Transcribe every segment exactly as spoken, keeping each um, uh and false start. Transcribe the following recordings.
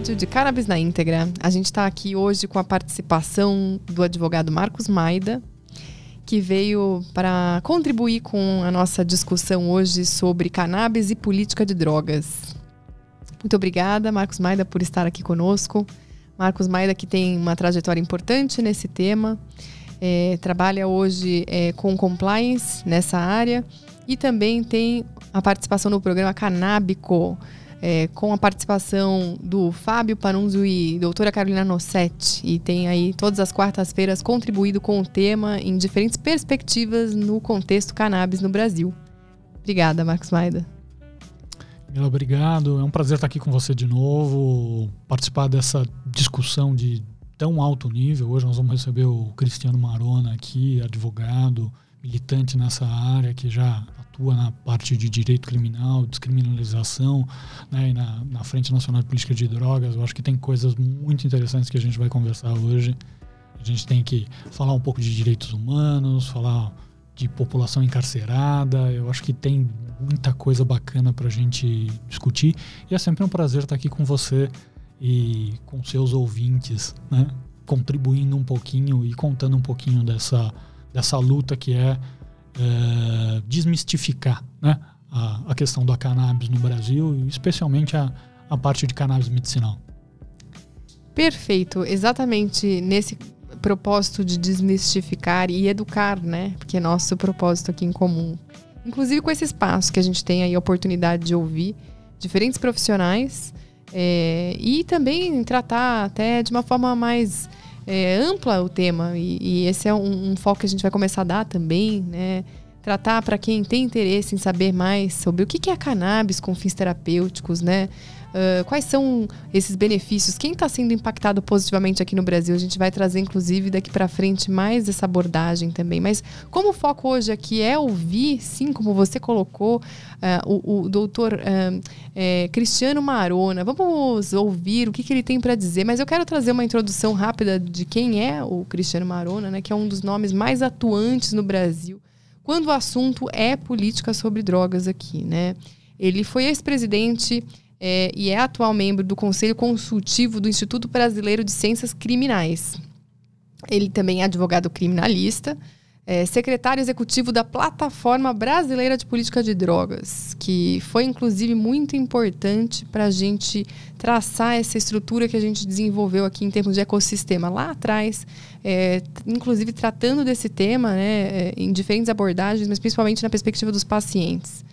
episódio de Cannabis na Íntegra. A gente está aqui hoje com a participação do advogado Marcos Maida, que veio para contribuir com a nossa discussão hoje sobre cannabis e política de drogas. Muito obrigada, Marcos Maida, por estar aqui conosco. Marcos Maida, que tem uma trajetória importante nesse tema, é, trabalha hoje é, com compliance nessa área e também tem a participação no programa Canábico, É, com a participação do Fábio Panunzio e doutora Carolina Nossetti, e tem aí todas as quartas-feiras contribuído com o tema em diferentes perspectivas no contexto cannabis no Brasil. Obrigada, Marcos Maida. Obrigado, é um prazer estar aqui com você de novo, participar dessa discussão de tão alto nível. Hoje nós vamos receber o Cristiano Marona aqui, advogado, militante nessa área, que já atua na parte de direito criminal, descriminalização, né, e na, na Frente Nacional de Política de Drogas. Eu acho que tem coisas muito interessantes que a gente vai conversar hoje. A gente tem que falar um pouco de direitos humanos, falar de população encarcerada. Eu acho que tem muita coisa bacana para a gente discutir. E é sempre um prazer estar aqui com você e com seus ouvintes, né, contribuindo um pouquinho e contando um pouquinho dessa, dessa luta que é É, desmistificar, né, a, a questão da cannabis no Brasil, e especialmente a, a parte de cannabis medicinal. Perfeito, exatamente nesse propósito de desmistificar e educar, né, porque é nosso propósito aqui em comum. Inclusive com esse espaço que a gente tem aí a oportunidade de ouvir diferentes profissionais é, e também tratar até de uma forma mais É, ampla o tema, e, e esse é um, um foco que a gente vai começar a dar também, né? Tratar para quem tem interesse em saber mais sobre o que, que é a cannabis com fins terapêuticos, né? Uh, quais são esses benefícios, quem está sendo impactado positivamente aqui no Brasil. A gente vai trazer, inclusive, daqui para frente mais essa abordagem também. Mas como o foco hoje aqui é ouvir, sim, como você colocou, uh, o, o doutor uh, é, Cristiano Marona, vamos ouvir o que, que ele tem para dizer. Mas eu quero trazer uma introdução rápida de quem é o Cristiano Marona, né, que é um dos nomes mais atuantes no Brasil quando o assunto é política sobre drogas aqui, né? Ele foi ex-presidente É, e é atual membro do Conselho Consultivo do Instituto Brasileiro de Ciências Criminais. Ele também é advogado criminalista, é, secretário executivo da Plataforma Brasileira de Política de Drogas, que foi, inclusive, muito importante para a gente traçar essa estrutura que a gente desenvolveu aqui em termos de ecossistema lá atrás, é, inclusive tratando desse tema, né, em diferentes abordagens, mas principalmente na perspectiva dos pacientes.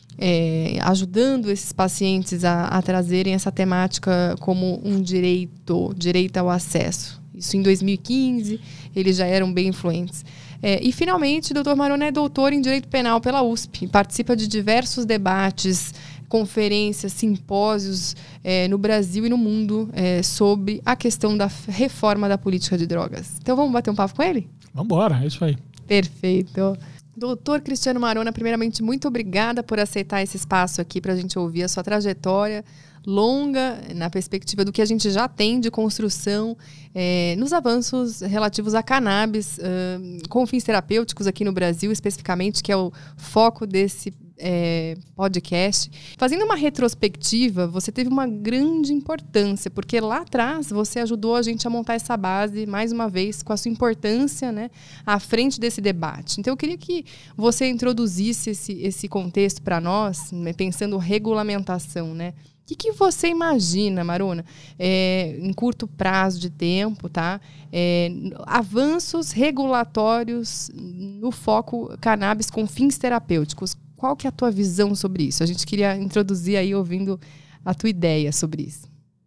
É, ajudando esses pacientes a, a trazerem essa temática como um direito, direito ao acesso. Isso em dois mil e quinze, eles já eram bem influentes. É, e, finalmente, o doutor Marona é doutor em Direito Penal pela U S P, participa de diversos debates, conferências, simpósios é, no Brasil e no mundo é, sobre a questão da reforma da política de drogas. Então, vamos bater um papo com ele? Vamos embora, é isso aí. Perfeito. Doutor Cristiano Marona, primeiramente, muito obrigada por aceitar esse espaço aqui para a gente ouvir a sua trajetória longa na perspectiva do que a gente já tem de construção é, nos avanços relativos a cannabis, uh, com fins terapêuticos aqui no Brasil, especificamente, que é o foco desse é, podcast. Fazendo uma retrospectiva, você teve uma grande importância, porque lá atrás você ajudou a gente a montar essa base, mais uma vez, com a sua importância, né, à frente desse debate. Então, eu queria que você introduzisse esse, esse contexto para nós, né, pensando regulamentação, né? O que, que você imagina, Marona, é, em curto prazo de tempo, tá? É, avanços regulatórios no foco cannabis com fins terapêuticos. Qual que é a tua visão sobre isso? A gente queria introduzir aí, ouvindo a tua ideia sobre isso.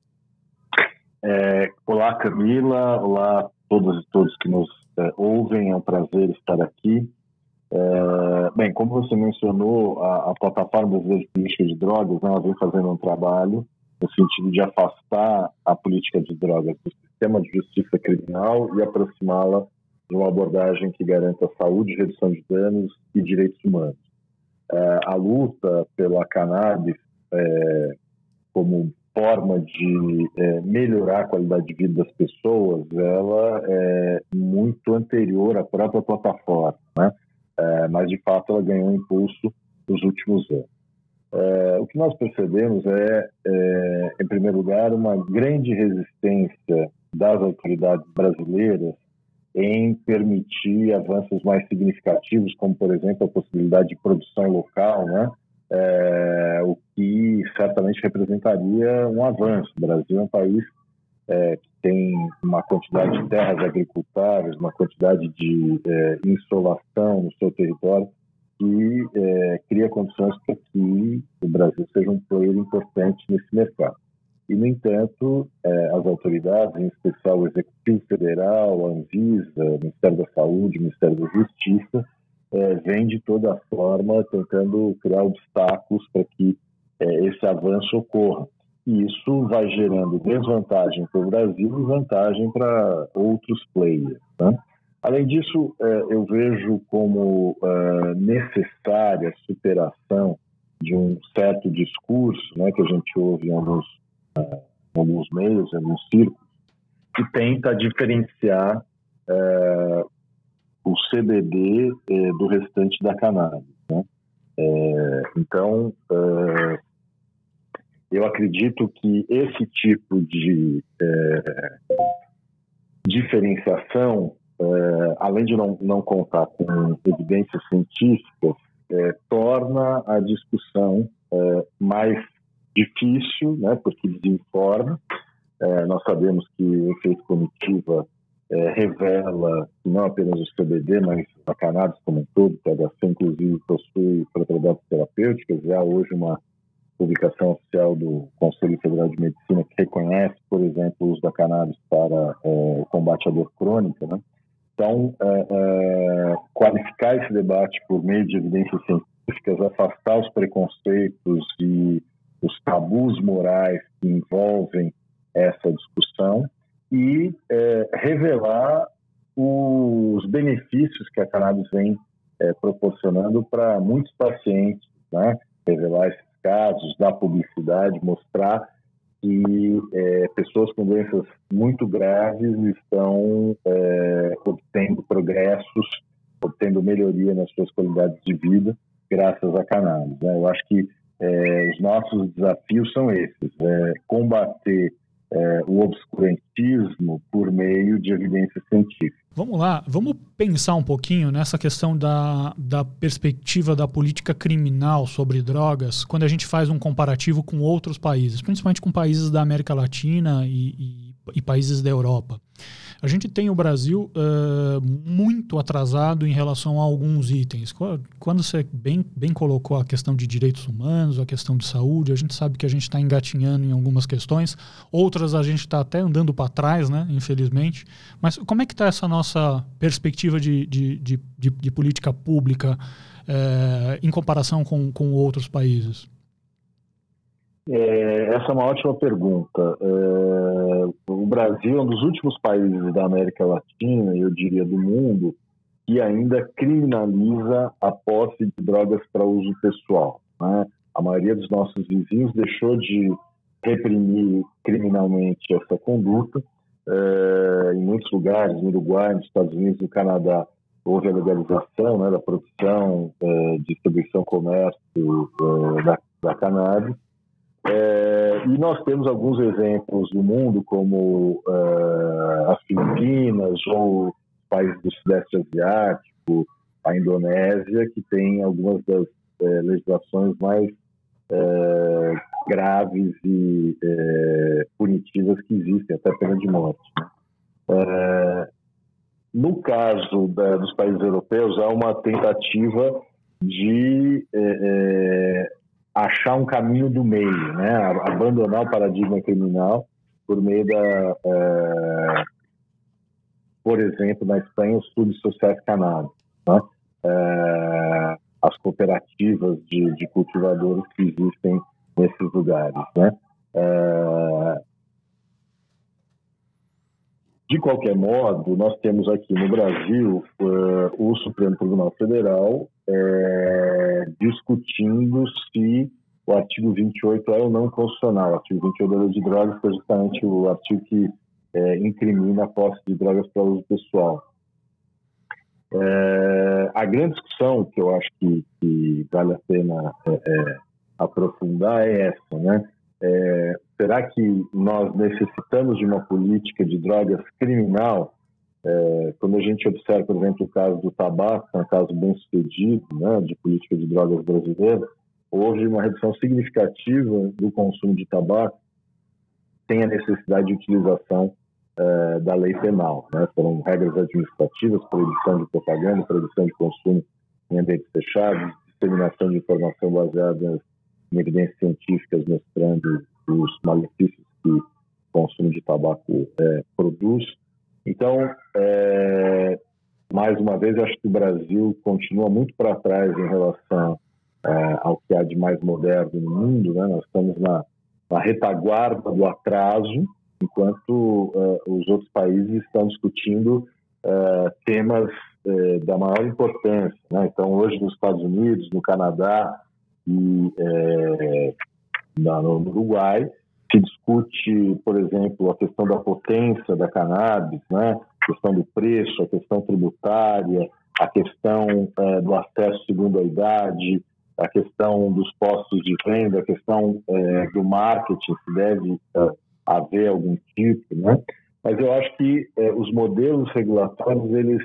É, olá, Camila. Olá a todos e todos que nos é, ouvem. É um prazer estar aqui. É, bem, como você mencionou, a, a Plataforma Brasileira de Política de Drogas, né, ela vem fazendo um trabalho no sentido de afastar a política de drogas do sistema de justiça criminal e aproximá-la de uma abordagem que garanta saúde, redução de danos e direitos humanos. É, a luta pela cannabis é, como forma de é, melhorar a qualidade de vida das pessoas, ela é muito anterior à própria plataforma, né? É, mas, de fato, ela ganhou impulso nos últimos anos. É, o que nós percebemos é, é, em primeiro lugar, uma grande resistência das autoridades brasileiras em permitir avanços mais significativos, como, por exemplo, a possibilidade de produção local, né? É, o que certamente representaria um avanço. O Brasil é um país é, que tem uma quantidade de terras agricultáveis, uma quantidade de é, insolação no seu território, que é, cria condições para que o Brasil seja um player importante nesse mercado. E, no entanto, é, as autoridades, em especial o Executivo Federal, a Anvisa, o Ministério da Saúde, o Ministério da Justiça, é, vêm de toda forma tentando criar obstáculos para que é, esse avanço ocorra. E isso vai gerando desvantagem para o Brasil e vantagem para outros players, né? Além disso, eu vejo como necessária a superação de um certo discurso, né, que a gente ouve em alguns, em alguns meios, em alguns círculos, que tenta diferenciar é, o C B D é, do restante da cannabis, né? É, então, é, eu acredito que esse tipo de é, diferenciação, É, além de não, não contar com evidências científicas, é, torna a discussão é, mais difícil, né, porque desinforma. É, nós sabemos que o efeito comitiva é, revela que não apenas o C B D, mas a cannabis como um todo, T H C, inclusive, possui propriedades terapêuticas. Já hoje uma publicação oficial do Conselho Federal de Medicina que reconhece, por exemplo, o uso da cannabis para é, o combate à dor crônica, né? Então, é, é, qualificar esse debate por meio de evidências científicas, afastar os preconceitos e os tabus morais que envolvem essa discussão e é, revelar os benefícios que a cannabis vem é, proporcionando para muitos pacientes, né? Revelar esses casos, dar publicidade, mostrar que é, pessoas com doenças muito graves estão é, obtendo progressos, obtendo melhoria nas suas qualidades de vida graças à cannabis, né? Eu acho que é, os nossos desafios são esses, é, combater é, o obscurantismo por meio de evidência científica. Vamos lá, vamos pensar um pouquinho nessa questão da, da perspectiva da política criminal sobre drogas, quando a gente faz um comparativo com outros países, principalmente com países da América Latina e, e, e países da Europa. A gente tem o Brasil uh, muito atrasado em relação a alguns itens. Quando você bem, bem colocou a questão de direitos humanos, a questão de saúde, a gente sabe que a gente está engatinhando em algumas questões, outras a gente está até andando para trás, né, infelizmente. Mas como é que está essa nossa perspectiva de, de, de, de, de política pública uh, em comparação com, com outros países? É, essa é uma ótima pergunta. É, o Brasil é um dos últimos países da América Latina, eu diria do mundo, que ainda criminaliza a posse de drogas para uso pessoal, né? A maioria dos nossos vizinhos deixou de reprimir criminalmente essa conduta. É, em muitos lugares, no Uruguai, nos Estados Unidos, no Canadá, houve a legalização, né, da produção, é, distribuição, comércio é, da, da cannabis. É, e nós temos alguns exemplos do mundo, como é, as Filipinas ou países do Sudeste Asiático, a Indonésia, que tem algumas das é, legislações mais é, graves e é, punitivas que existem, até pena de morte, né? É, no caso da, dos países europeus, há uma tentativa de é, é, achar um caminho do meio, né? Abandonar o paradigma criminal por meio da, é, por exemplo, na Espanha, os clubes sociais canábicos, né? É, as cooperativas de, de cultivadores que existem nesses lugares, né? É, de qualquer modo, nós temos aqui no Brasil uh, o Supremo Tribunal Federal é, discutindo se o artigo vinte e oito é ou não constitucional. O artigo vinte e oito da Lei de Drogas, que é justamente o artigo que é, incrimina a posse de drogas para uso pessoal. É, a grande discussão que eu acho que, que vale a pena é, é, aprofundar é essa, né? É, será que nós necessitamos de uma política de drogas criminal? É, quando a gente observa, por exemplo, o caso do tabaco, que é um caso bem sucedido, né, de política de drogas brasileira, houve uma redução significativa do consumo de tabaco sem a necessidade de utilização é, da lei penal, né? Foram regras administrativas, proibição de propaganda, proibição de consumo em ambientes fechados, disseminação de informação baseada em evidências científicas mostrando os malefícios que o consumo de tabaco é, produz. Então, é, mais uma vez, acho que o Brasil continua muito para trás em relação é, ao que há de mais moderno no mundo, né? Nós estamos na, na retaguarda do atraso, enquanto é, os outros países estão discutindo é, temas é, da maior importância, né? Então, hoje nos Estados Unidos, no Canadá e é, na, no Uruguai, se discute, por exemplo, a questão da potência da cannabis, né? A questão do preço, a questão tributária, a questão é, do acesso segundo a idade, a questão dos postos de venda, a questão é, do marketing, se deve é, haver algum tipo, né? Mas eu acho que é, os modelos regulatórios, eles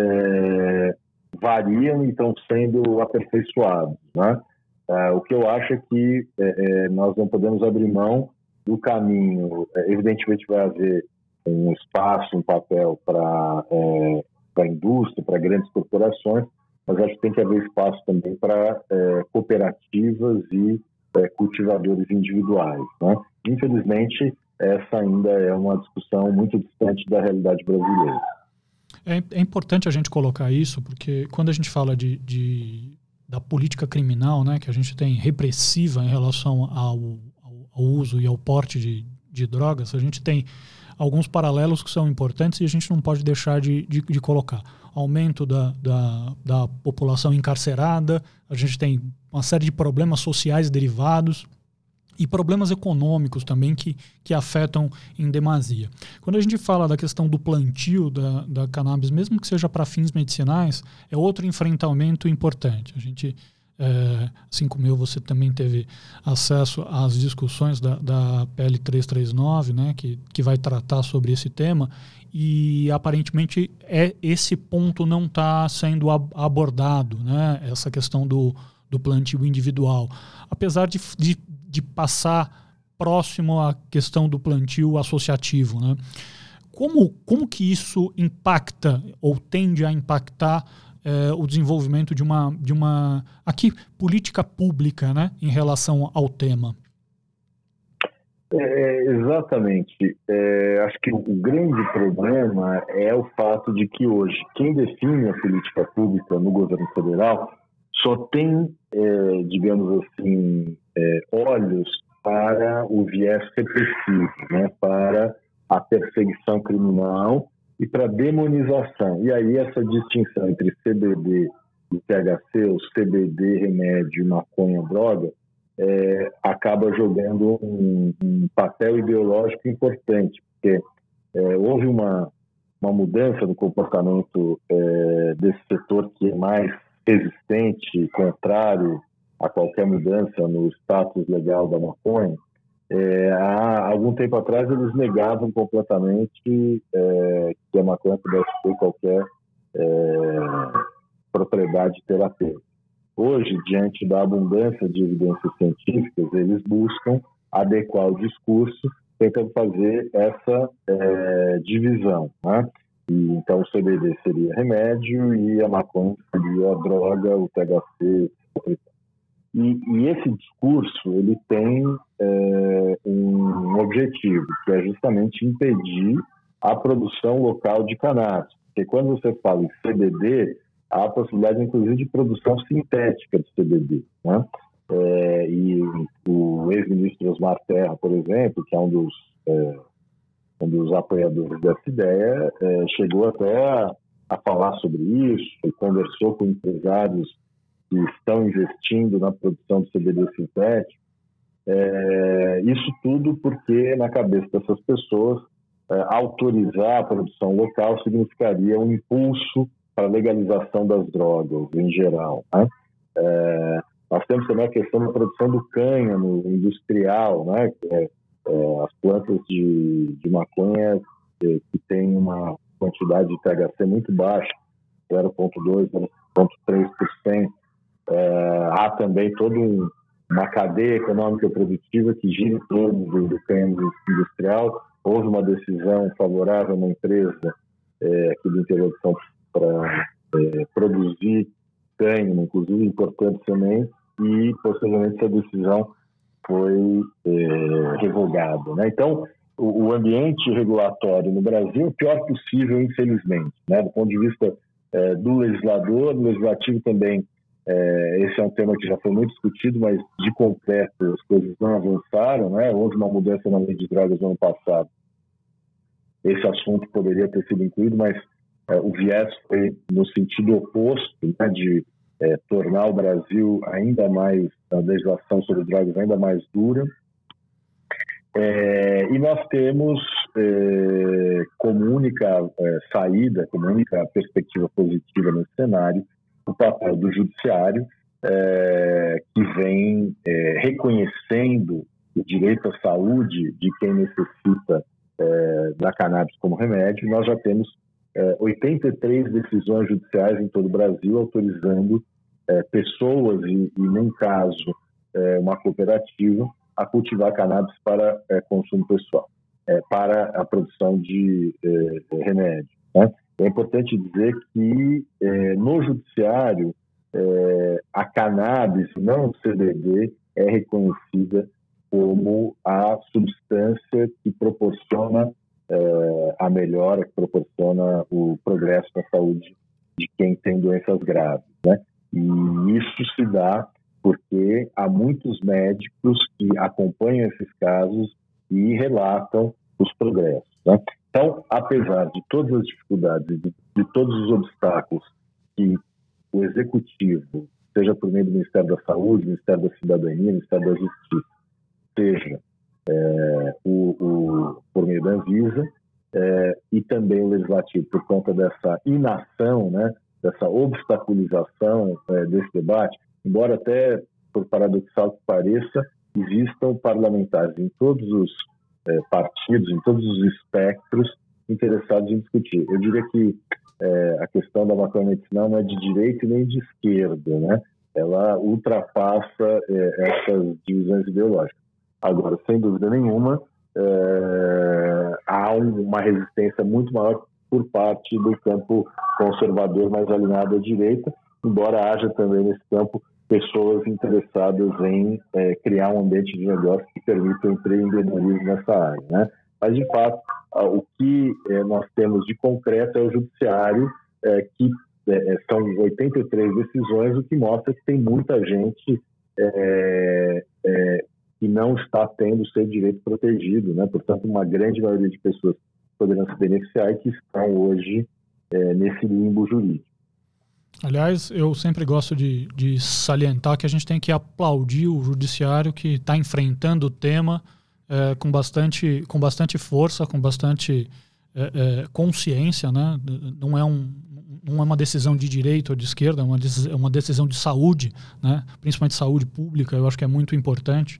é, variam e estão sendo aperfeiçoados, né? É, o que eu acho é que é, nós não podemos abrir mão do caminho. Evidentemente vai haver um espaço, um papel para é, a indústria, para grandes corporações, mas acho que tem que haver espaço também para é, cooperativas e é, cultivadores individuais, né? Infelizmente, essa ainda é uma discussão muito distante da realidade brasileira. É, é importante a gente colocar isso, porque quando a gente fala de, de, da política criminal, né, que a gente tem repressiva em relação ao ao uso e ao porte de, de drogas, a gente tem alguns paralelos que são importantes e a gente não pode deixar de, de, de colocar. Aumento da, da, da população encarcerada, a gente tem uma série de problemas sociais derivados e problemas econômicos também que, que afetam em demasia. Quando a gente fala da questão do plantio da, da cannabis, mesmo que seja para fins medicinais, é outro enfrentamento importante. A gente... É, assim como eu, você também teve acesso às discussões da, da P L trezentos e trinta e nove, né, que, que vai tratar sobre esse tema, e aparentemente é, esse ponto não está sendo abordado, né, essa questão do, do plantio individual, apesar de, de, de passar próximo à questão do plantio associativo, né? Como, como que isso impacta ou tende a impactar É, o desenvolvimento de uma, de uma aqui, política pública, né, em relação ao tema? É, exatamente. É, acho que o grande problema é o fato de que hoje quem define a política pública no governo federal só tem, é, digamos assim, é, olhos para o viés repressivo, né, para a perseguição criminal e para demonização. E aí essa distinção entre C B D e T H C, ou C B D, remédio, e maconha, droga, é, acaba jogando um, um papel ideológico importante, porque é, houve uma, uma mudança no comportamento é, desse setor que é mais resistente, contrário a qualquer mudança no status legal da maconha. É, há algum tempo atrás eles negavam completamente é, que a maconha pudesse ter qualquer é, propriedade terapêutica. Hoje, diante da abundância de evidências científicas, eles buscam adequar o discurso, tentando fazer essa é, divisão, né? E, então o C B D seria remédio e a maconha seria a droga, o T H C, E, e esse discurso ele tem é, um objetivo, que é justamente impedir a produção local de cannabis. Porque quando você fala em C B D, há a possibilidade, inclusive, de produção sintética de C B D, né? É, e o ex-ministro Osmar Terra, por exemplo, que é um dos, é, um dos apoiadores dessa ideia, é, chegou até a, a falar sobre isso, e conversou com empresários que estão investindo na produção de C B D sintético. É, isso tudo porque, na cabeça dessas pessoas, é, autorizar a produção local significaria um impulso para a legalização das drogas, em geral, né? É, Nós temos também a questão da produção do cânhamo industrial, né? Que é, é, as plantas de, de maconha é, que tem uma quantidade de T H C muito baixa, zero vírgula dois, zero vírgula três por cento. É, há também toda um, uma cadeia econômica produtiva que gira em torno do, do cânhamo industrial. Houve uma decisão favorável a uma empresa é, aqui do interior de São Paulo para é, produzir cânhamo, inclusive importando sementes, e posteriormente essa decisão foi é, revogada, né? Então, o, o ambiente regulatório no Brasil é o pior possível, infelizmente, né? Do ponto de vista é, do legislador, do legislativo também. É, esse é um tema que já foi muito discutido, mas de concreto as coisas não avançaram, né? Houve uma mudança na lei de drogas no ano passado. Esse assunto poderia ter sido incluído, mas é, o viés foi no sentido oposto, né? De é, tornar o Brasil ainda mais, a legislação sobre drogas ainda mais dura. É, e nós temos é, como única é, saída, como única perspectiva positiva nesse cenário, o papel do judiciário, é, que vem é, reconhecendo o direito à saúde de quem necessita é, da cannabis como remédio. Nós já temos é, oitenta e três decisões judiciais em todo o Brasil autorizando é, pessoas, e, e num caso é, uma cooperativa, a cultivar cannabis para é, consumo pessoal, é, para a produção de é, remédio, né? É importante dizer que é, no judiciário é, a cannabis, não o C B D, é reconhecida como a substância que proporciona é, a melhora, que proporciona o progresso na saúde de quem tem doenças graves, né? E isso se dá porque há muitos médicos que acompanham esses casos e relatam os progressos, né? Então, apesar de todas as dificuldades e de, de todos os obstáculos que o Executivo, seja por meio do Ministério da Saúde, Ministério da Cidadania, Ministério da Justiça, seja é, o, o, por meio da Anvisa, é, e também o Legislativo, por conta dessa inação, né, dessa obstaculização é, desse debate, embora até, por paradoxal que pareça, existam parlamentares em todos os É, partidos, em todos os espectros interessados em discutir. Eu diria que é, a questão da maconha medicinal não é de direita nem de esquerda, né? Ela ultrapassa é, essas divisões ideológicas. Agora, sem dúvida nenhuma, é, há uma resistência muito maior por parte do campo conservador mais alinhado à direita, embora haja também nesse campo pessoas interessadas em é, criar um ambiente de negócio que permita o empreendedorismo nessa área, né? Mas, de fato, o que é, nós temos de concreto é o judiciário, é, que é, são oitenta e três decisões, o que mostra que tem muita gente é, é, que não está tendo o seu direito protegido, né? Portanto, uma grande maioria de pessoas poderão se beneficiar e que estão hoje é, nesse limbo jurídico. Aliás, eu sempre gosto de, de salientar que a gente tem que aplaudir o judiciário que está enfrentando o tema é, com, bastante, com bastante força, com bastante é, é, consciência, né? Não é, um, não é uma decisão de direita ou de esquerda, é uma, é uma decisão de saúde, né? Principalmente saúde pública, eu acho que é muito importante.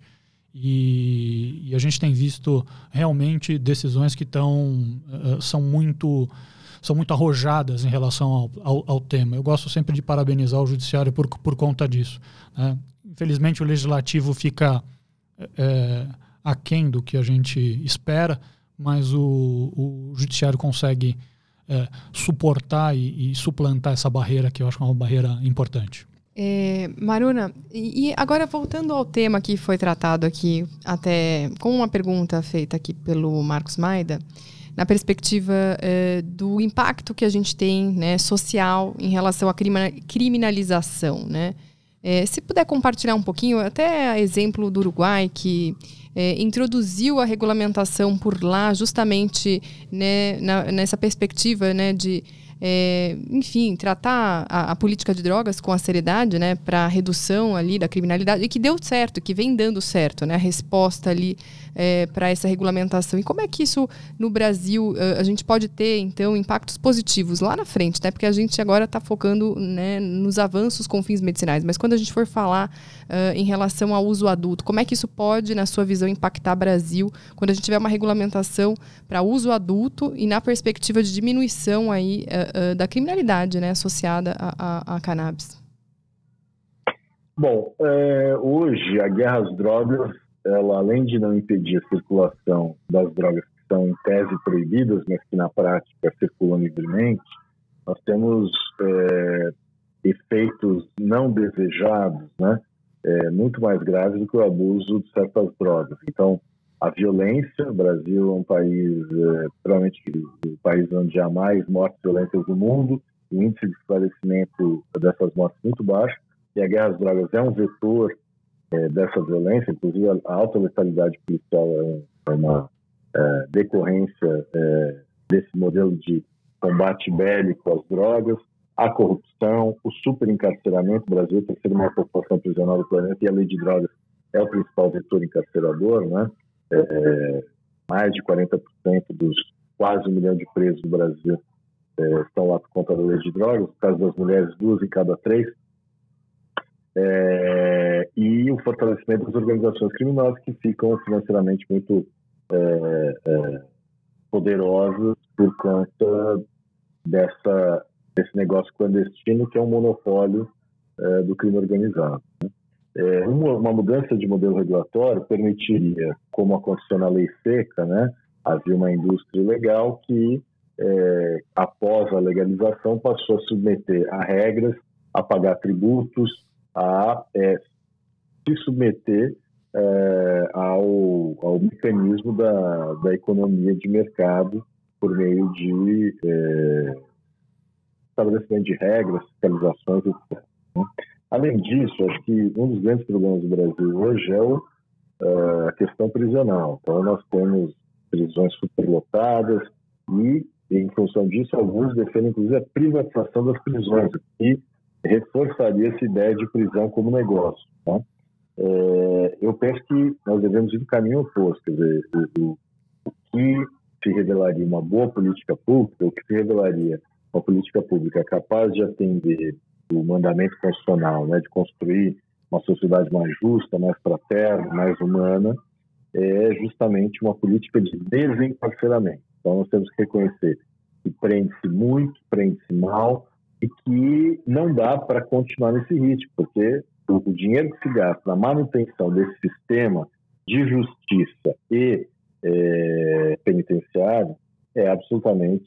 E, e a gente tem visto realmente decisões que tão, uh, são muito... são muito arrojadas em relação ao, ao, ao tema. Eu gosto sempre de parabenizar o judiciário por, por conta disso, né? Infelizmente, o legislativo fica é, aquém do que a gente espera, mas o, o judiciário consegue é, suportar e, e suplantar essa barreira, que eu acho que é uma barreira importante. É, Maruna, e agora voltando ao tema que foi tratado aqui, até com uma pergunta feita aqui pelo Marcos Maida, na perspectiva eh, do impacto que a gente tem, né, social em relação à criminalização, né? Eh, se puder compartilhar um pouquinho, até exemplo do Uruguai, que eh, introduziu a regulamentação por lá justamente, né, na, nessa perspectiva, né, de é, enfim, tratar a, a política de drogas com a seriedade, né, para redução ali da criminalidade, e que deu certo, que vem dando certo, né, a resposta ali é, para essa regulamentação. E como é que isso no Brasil a gente pode ter, então, impactos positivos lá na frente, né, porque a gente agora está focando, né, nos avanços com fins medicinais, mas quando a gente for falar uh, em relação ao uso adulto, como é que isso pode, na sua visão, impactar o Brasil quando a gente tiver uma regulamentação para uso adulto e na perspectiva de diminuição aí, uh, uh, da criminalidade, né, associada a, a, a cannabis? Bom, é, hoje a guerra às drogas, ela, além de não impedir a circulação das drogas que são em tese proibidas, mas que na prática circulam livremente, nós temos é, efeitos não desejados, né, é, muito mais graves do que o abuso de certas drogas. Então, a violência, o Brasil é um país, é, provavelmente o país onde há mais mortes violentas do mundo, o índice de esclarecimento dessas mortes muito baixo, e a guerra às drogas é um vetor é, dessa violência, inclusive a alta letalidade policial é uma é, decorrência é, desse modelo de combate bélico às drogas, a corrupção, o superencarceramento. O Brasil é a terceira maior população prisional do planeta e a lei de drogas é o principal vetor encarcerador, né? É, mais de quarenta por cento dos quase um milhão de presos do Brasil é, estão lá por conta da lei de drogas. No caso das mulheres, duas em cada três. É, e o fortalecimento das organizações criminosas que ficam financeiramente muito é, é, poderosas por conta dessa, desse negócio clandestino que é um monopólio é, do crime organizado, né? É, uma, uma mudança de modelo regulatório permitiria, como aconteceu na lei seca, né, havia uma indústria ilegal que, é, após a legalização, passou a submeter a regras, a pagar tributos, a é, se submeter é, ao, ao mecanismo da, da economia de mercado por meio de é, estabelecimento de regras, fiscalizações, etcétera, né? Além disso, acho que um dos grandes problemas do Brasil hoje é o, uh, a questão prisional. Então, nós temos prisões superlotadas e, em função disso, alguns defendem, inclusive, a privatização das prisões, que reforçaria essa ideia de prisão como negócio, tá? É, eu penso que nós devemos ir no caminho oposto, quer dizer, o, o, o que se revelaria uma boa política pública, o que se revelaria uma política pública capaz de atender o mandamento constitucional, né, de construir uma sociedade mais justa, mais fraterna, mais humana, é justamente uma política de desencarceramento. Então, nós temos que reconhecer que prende-se muito, prende-se mal, e que não dá para continuar nesse ritmo, porque o dinheiro que se gasta na manutenção desse sistema de justiça e é, penitenciário é absolutamente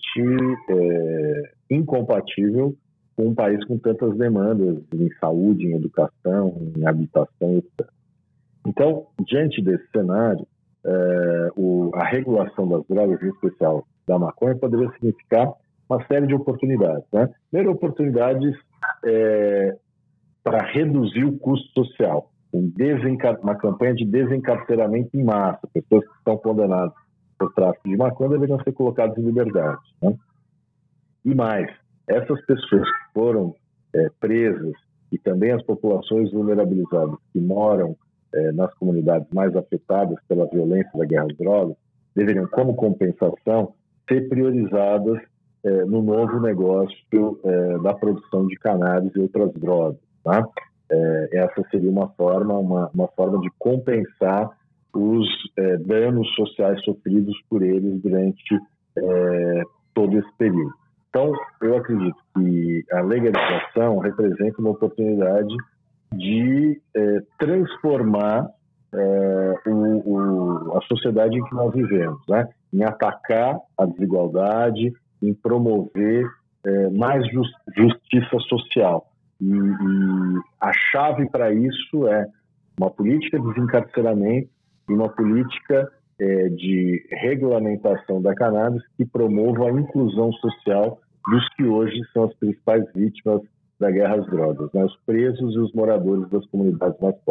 é, incompatível com um país com tantas demandas em saúde, em educação, em habitação, etcétera. Então, diante desse cenário, é, o, a regulação das drogas, em especial da maconha, poderia significar uma série de oportunidades, né? Primeiro, oportunidades é, para reduzir o custo social, um desencar- uma campanha de desencarceramento em massa. Pessoas que estão condenadas por tráfico de maconha deveriam ser colocadas em liberdade, né? E mais, essas pessoas que foram é, presas e também as populações vulnerabilizadas que moram é, nas comunidades mais afetadas pela violência da guerra às drogas deveriam, como compensação, ser priorizadas é, no novo negócio é, da produção de cannabis e outras drogas, tá? É, essa seria uma forma, uma, uma forma de compensar os é, danos sociais sofridos por eles durante é, todo esse período. Então, eu acredito que a legalização representa uma oportunidade de é, transformar é, o, o, a sociedade em que nós vivemos, né? Em atacar a desigualdade, em promover é, mais just, justiça social. E, e a chave para isso é uma política de desencarceramento e uma política é, de regulamentação da cannabis que promova a inclusão social dos que hoje são as principais vítimas da guerra às drogas, né? Os presos e os moradores das comunidades mais pobres.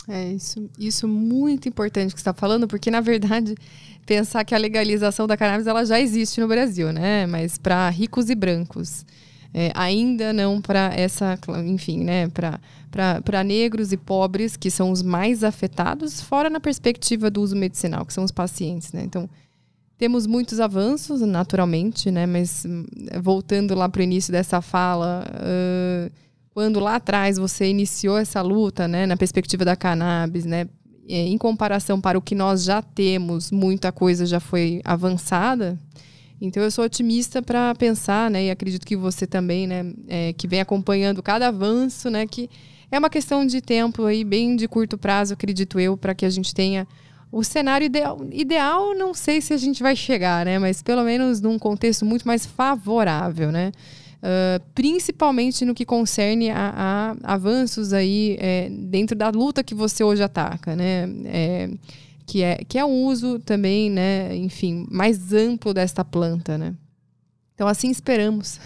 É isso, isso é muito importante que você está falando, porque, na verdade, pensar que a legalização da cannabis ela já existe no Brasil, né? Mas para ricos e brancos. É, ainda não para essa, enfim, né? Para negros e pobres, que são os mais afetados, fora na perspectiva do uso medicinal, que são os pacientes, né? Então, temos muitos avanços, naturalmente, né? Mas voltando lá para o início dessa fala, uh, quando lá atrás você iniciou essa luta, né? Na perspectiva da cannabis, né? Em comparação para o que nós já temos, muita coisa já foi avançada. Então, eu sou otimista para pensar, né? E acredito que você também, né? É, que vem acompanhando cada avanço, né? Que é uma questão de tempo aí, bem de curto prazo, acredito eu, para que a gente tenha o cenário ideal. Ideal, não sei se a gente vai chegar, né? Mas pelo menos num contexto muito mais favorável, né? Uh, principalmente no que concerne a, a avanços aí é, dentro da luta que você hoje ataca, né? É, que é que é o uso também, né? Enfim, mais amplo desta planta, né? Então assim esperamos.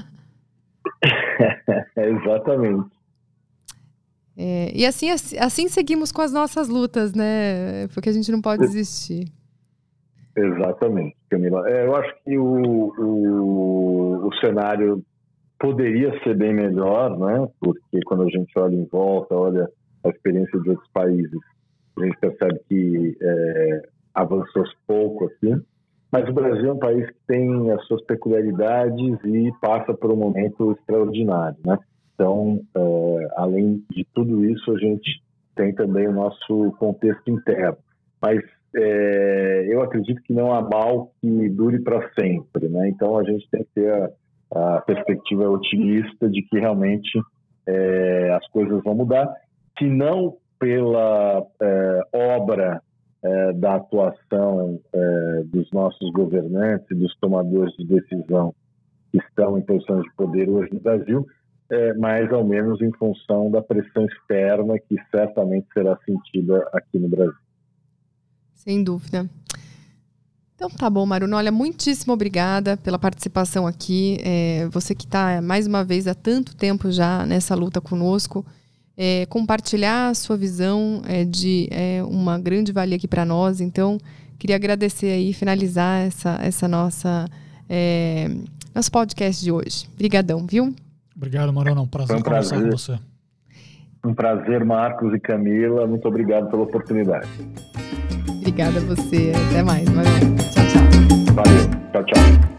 Exatamente. É, e assim, assim, assim seguimos com as nossas lutas, né? Porque a gente não pode desistir. Exatamente, Camila. É, eu acho que o, o, o cenário poderia ser bem melhor, né? Porque quando a gente olha em volta, olha a experiência de outros países, a gente percebe que é, avançou pouco aqui. Mas o Brasil é um país que tem as suas peculiaridades e passa por um momento extraordinário, né? Então, é, além de tudo isso, a gente tem também o nosso contexto interno. Mas é, eu acredito que não há mal que dure para sempre, né? Então, a gente tem que ter a, a perspectiva otimista de que realmente é, as coisas vão mudar, se não pela é, obra é, da atuação é, dos nossos governantes e dos tomadores de decisão que estão em posições de poder hoje no Brasil, É, mas ao menos em função da pressão externa que certamente será sentida aqui no Brasil. Sem dúvida. Então tá bom, Maruna. Olha, muitíssimo obrigada pela participação aqui. É, você que está mais uma vez há tanto tempo já nessa luta conosco, é, compartilhar a sua visão é de é, uma grande valia aqui para nós. Então, queria agradecer aí, finalizar essa, essa nossa é, nosso podcast de hoje. Obrigadão, viu? Obrigado, Maruna. Um prazer, um prazer conversar com você. Um prazer, Marcos e Camila. Muito obrigado pela oportunidade. Obrigada a você. Até mais. Maruna. Tchau, tchau. Valeu. Tchau, tchau.